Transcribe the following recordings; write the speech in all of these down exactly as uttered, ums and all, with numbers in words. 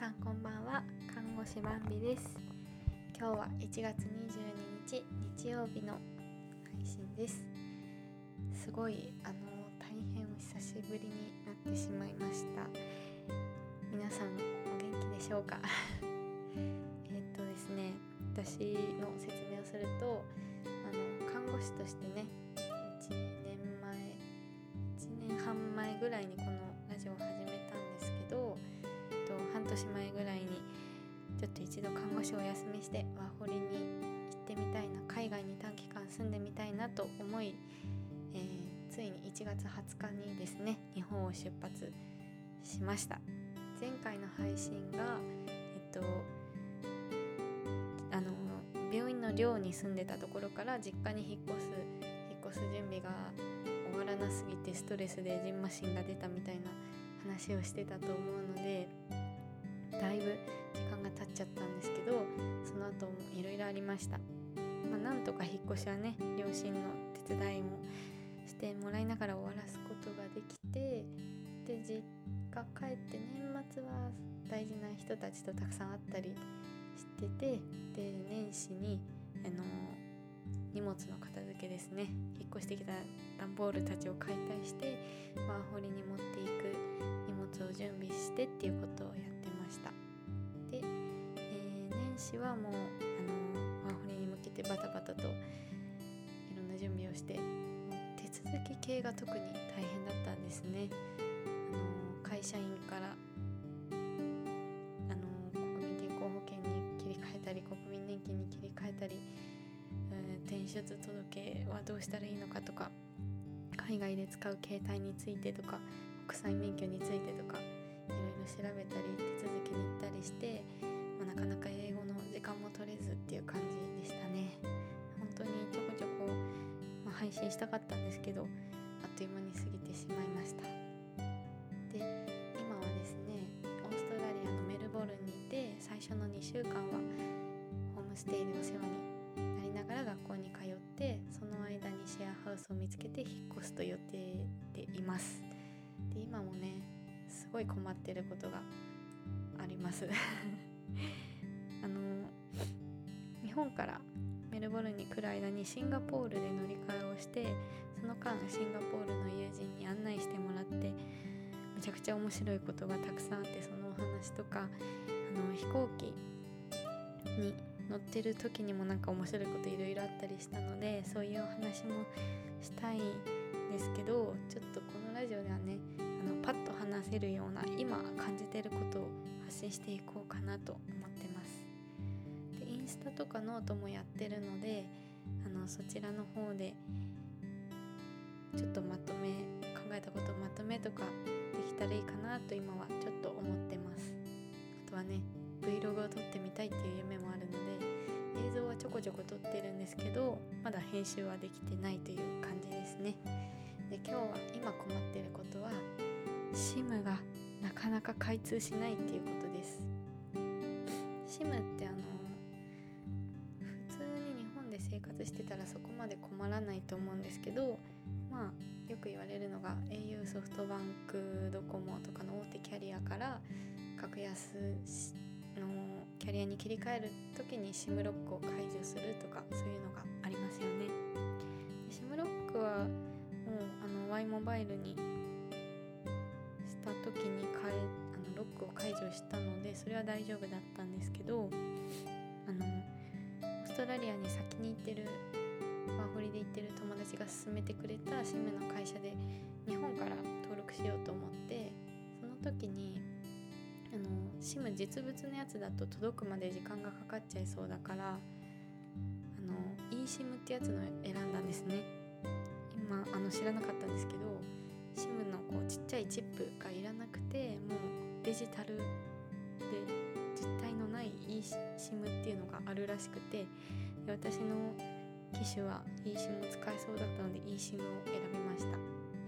さんこんばんは。看護師バンビです。今日はいちがつにじゅうににち日曜日の配信です。すごいあの大変お久しぶりになってしまいました。皆さんお元気でしょうかえっとですね私の説明をするとあの看護師としてねいちねんまえいちねんはん前ぐらいにこのラジオを始めたんですけど、えっと、半年前ぐらいにちょっと一度看護師をお休みしてワーホリに行ってみたいな、海外に短期間住んでみたいなと思い、えー、ついにいちがつはつかにですね日本を出発しました。前回の配信がえっとあの病院の寮に住んでたところから実家に引っ越す引っ越す準備が終わらなすぎてストレスでジンマシンが出たみたいな話をしてたと思うので、だいぶ時間が経っちゃったんですけど、その後もいろいろありました。まあ、なんとか引っ越しはね両親の手伝いもしてもらいながら終わらすことができて、で実家帰って年末は大事な人たちとたくさん会ったりしてて、で年始にあの荷物の片付けですね、引っ越してきた段ボールたちを解体してワーホリに持っていく荷物を準備してっていうことをやってました。で、えー、年始はもうあのワーホリに向けてバタバタといろんな準備をして、手続き系が特に大変だったんですね。あの会社員からあの国民健康保険に切り替えたり国民年金に切り替えたり、転出届はどうしたらいいのかとか、海外で使う携帯についてとか国際免許についてとかいろいろ調べたり手続きに行ったりして、まあ、なかなか英語の時間も取れずっていう感じでしたね。本当にちょこちょこ、まあ、配信したかったんですけどあっという間に過ぎてしまいました。で今はですねオーストラリアのメルボルンにいて、最初のにしゅうかんはホームステイでお世話にながら学校に通って、その間にシェアハウスを見つけて引っ越すと予定でいます。で今もねすごい困ってることがありますあの日本からメルボルンに来る間にシンガポールで乗り換えをして、その間シンガポールの友人に案内してもらって、めちゃくちゃ面白いことがたくさんあって、そのお話とかあの飛行機に乗ってる時にもなんか面白いこといろいろあったりしたので、そういうお話もしたいんですけど、ちょっとこのラジオではねあのパッと話せるような今感じてることを発信していこうかなと思ってます。でインスタとかノートもやってるので、あのそちらの方でちょっとまとめ考えたことをまとめとかできたらいいかなと今はちょっと思ってます。あとはねVlog を撮ってみたいっていう夢もあるので、映像はちょこちょこ撮ってるんですけどまだ編集はできてないという感じですね。で今日は今困っていることは SIM がなかなか開通しないっていうことです。 SIM ってあの普通に日本で生活してたらそこまで困らないと思うんですけど、まあよく言われるのが au、ソフトバンク、ドコモとかの大手キャリアから格安のキャリアに切り替えるときに SIM ロックを解除するとかそういうのがありますよね。で SIM ロックはもうあの Y モバイルにしたときに変えあのロックを解除したのでそれは大丈夫だったんですけど、あのオーストラリアに先に行ってるワーホリで行ってる友達が勧めてくれた SIM の会社で日本から登録しようと思って、その時にあの SIM 実物のやつだと届くまで時間がかかっちゃいそうだから、あの eSIM ってやつの選んだんですね。今あの知らなかったんですけど SIM のこうちっちゃいチップがいらなくて、もうデジタルで実体のない eSIM っていうのがあるらしくて、で私の機種は eSIM を使えそうだったので eSIM を選びました。で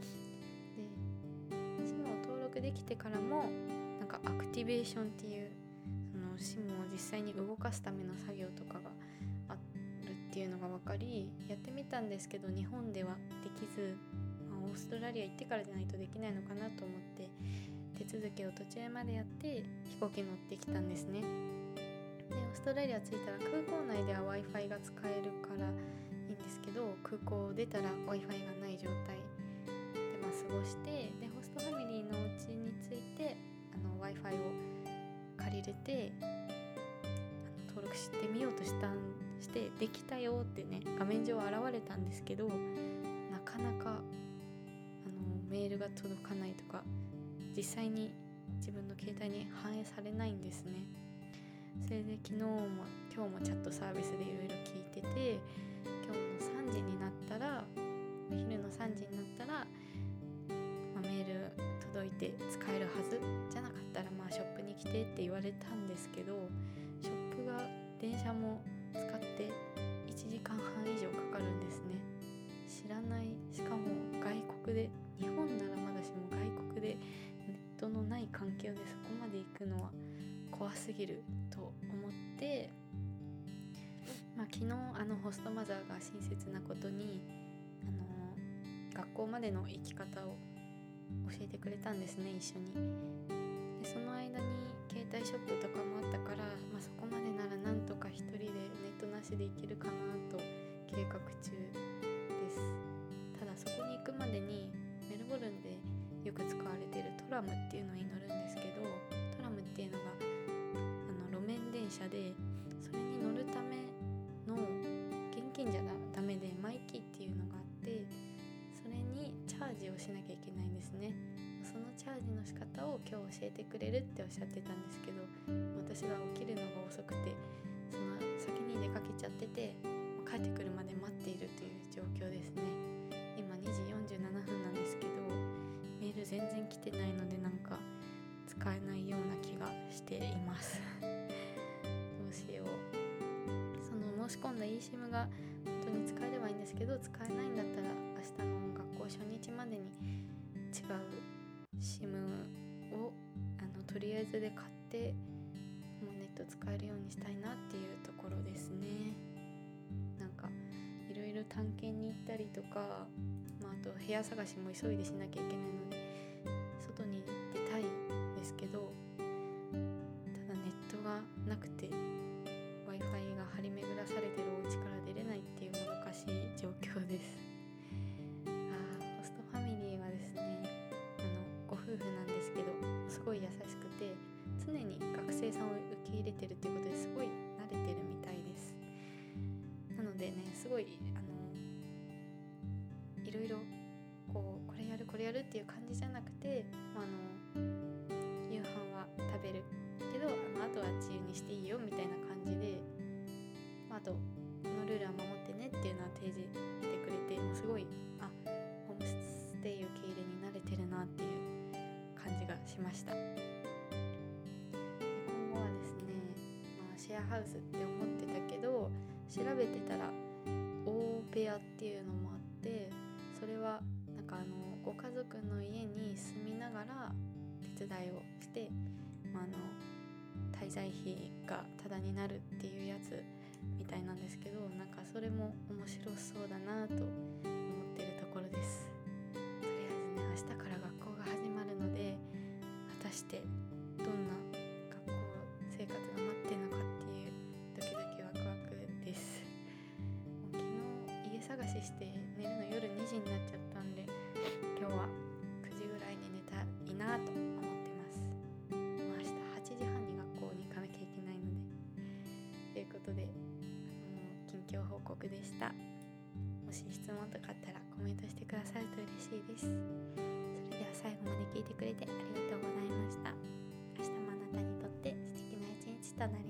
SIM を登録できてからもなんかアクティベーションっていうその SIM を実際に動かすための作業とかがあるっていうのが分かり、やってみたんですけど日本ではできず、まあ、オーストラリア行ってからじゃないとできないのかなと思って手続きを途中までやって飛行機乗ってきたんですね。でオーストラリア着いたら空港内では Wi-Fi が使えるからいいんですけど、空港を出たら Wi-Fi がない状態で、まあ、過ごして、でホストファミリーのうちに着いてあの Wi-Fi を借りれてあの登録してみようとしたんしてできたよってね画面上現れたんですけど、なかなかあのメールが届かないとか実際に自分の携帯に反映されないんですね。それで昨日も今日もチャットサービスでいろいろ聞いてて、今日のさんじになったらお昼のさんじになったら、まあ、メール届いて使えるはずじゃなかったら、まあ、ショップに来てって言われたんですけど、ショップが電車も使っていちじかんはん以上かかるんですね。知らない、しかも外国で、日本ならまだしも外国でネットのない環境でそこまで行くのは怖すぎると思って、まあ、昨日あのホストマザーが親切なことにあの学校までの行き方を教えてくれたんですね、一緒に。でその間に携帯ショップとかもあったから、まあ、そこまでならなんとか一人でネットなしで行けるかなと計画中です。ただそこに行くまでにメルボルンでよく使われているトラムっていうのに乗るんですけど、トラムっていうのがあの路面電車で、それに乗るための現金じゃダメでマイキーっていうのがあって、それにチャージをしなきゃいけないんですね。そのチャージの仕方を今日教えてくれるっておっしゃってたんですけど、私が起きるのが遅くてその先に出かけちゃってて、帰ってくるまで待っているという状況ですね。今にじよんじゅうななふんなんですけど、メール全然来てないのでなんか使えないような気がしていますどうしよう。その申し込んだ eSIM が本当に使えればいいんですけど、使えないんだったら明日の学校初日までに違う SIM をあのとりあえずで買ってもうネット使えるようにしたいなっていうところですね。なんかいろいろ探検に行ったりとか、まあ、あと部屋探しも急いでしなきゃいけないので外に出たいんですけど、ただネットがなくて Wi-Fi が張り巡らされてるお家から出れないっていうもどかしい状況です。あーホストファミリーはですね、あのご夫婦なんですけどすごい優しくて、常に学生さんを受け入れてるっていうことですごい慣れてるみたいです。なのでね、すごいあのいろいろこうこれやるこれやるっていう感じじゃなくて、まあ、あの夕飯は食べるけど、あのあとは自由にしていいよみたいな感じで、まあ、あとこのルールは守ってねっていうのは提示してくれて、もうすごいあホームステイ受け入れに慣れてるなっていう感じがしました。で今後はですね、まあ、シェアハウスって思ってたけど調べてたら大部屋っていうのもあって、それはなんかあのご家族の家に住みながら手伝いをして、まあ、あの滞在費がタダになるっていうやつみたいなんですけど、なんかそれも面白そうだなと思っているところです。とりあえずね、明日から学校が始まるので、果たしてどんな学校生活が待ってるのかっていうドキドキワクワクです。もう昨日家探しして寝るの夜にじになっちゃったんで、今日はくじぐらいに寝たいなと思ってます。もう明日はちじはんに学校に行かなきゃいけないので、ということで近況報告でした。もし質問とかあったらコメントしてくださると嬉しいです。それでは最後まで聞いてくれてありがとうございました。明日もあなたにとって素敵な一日となり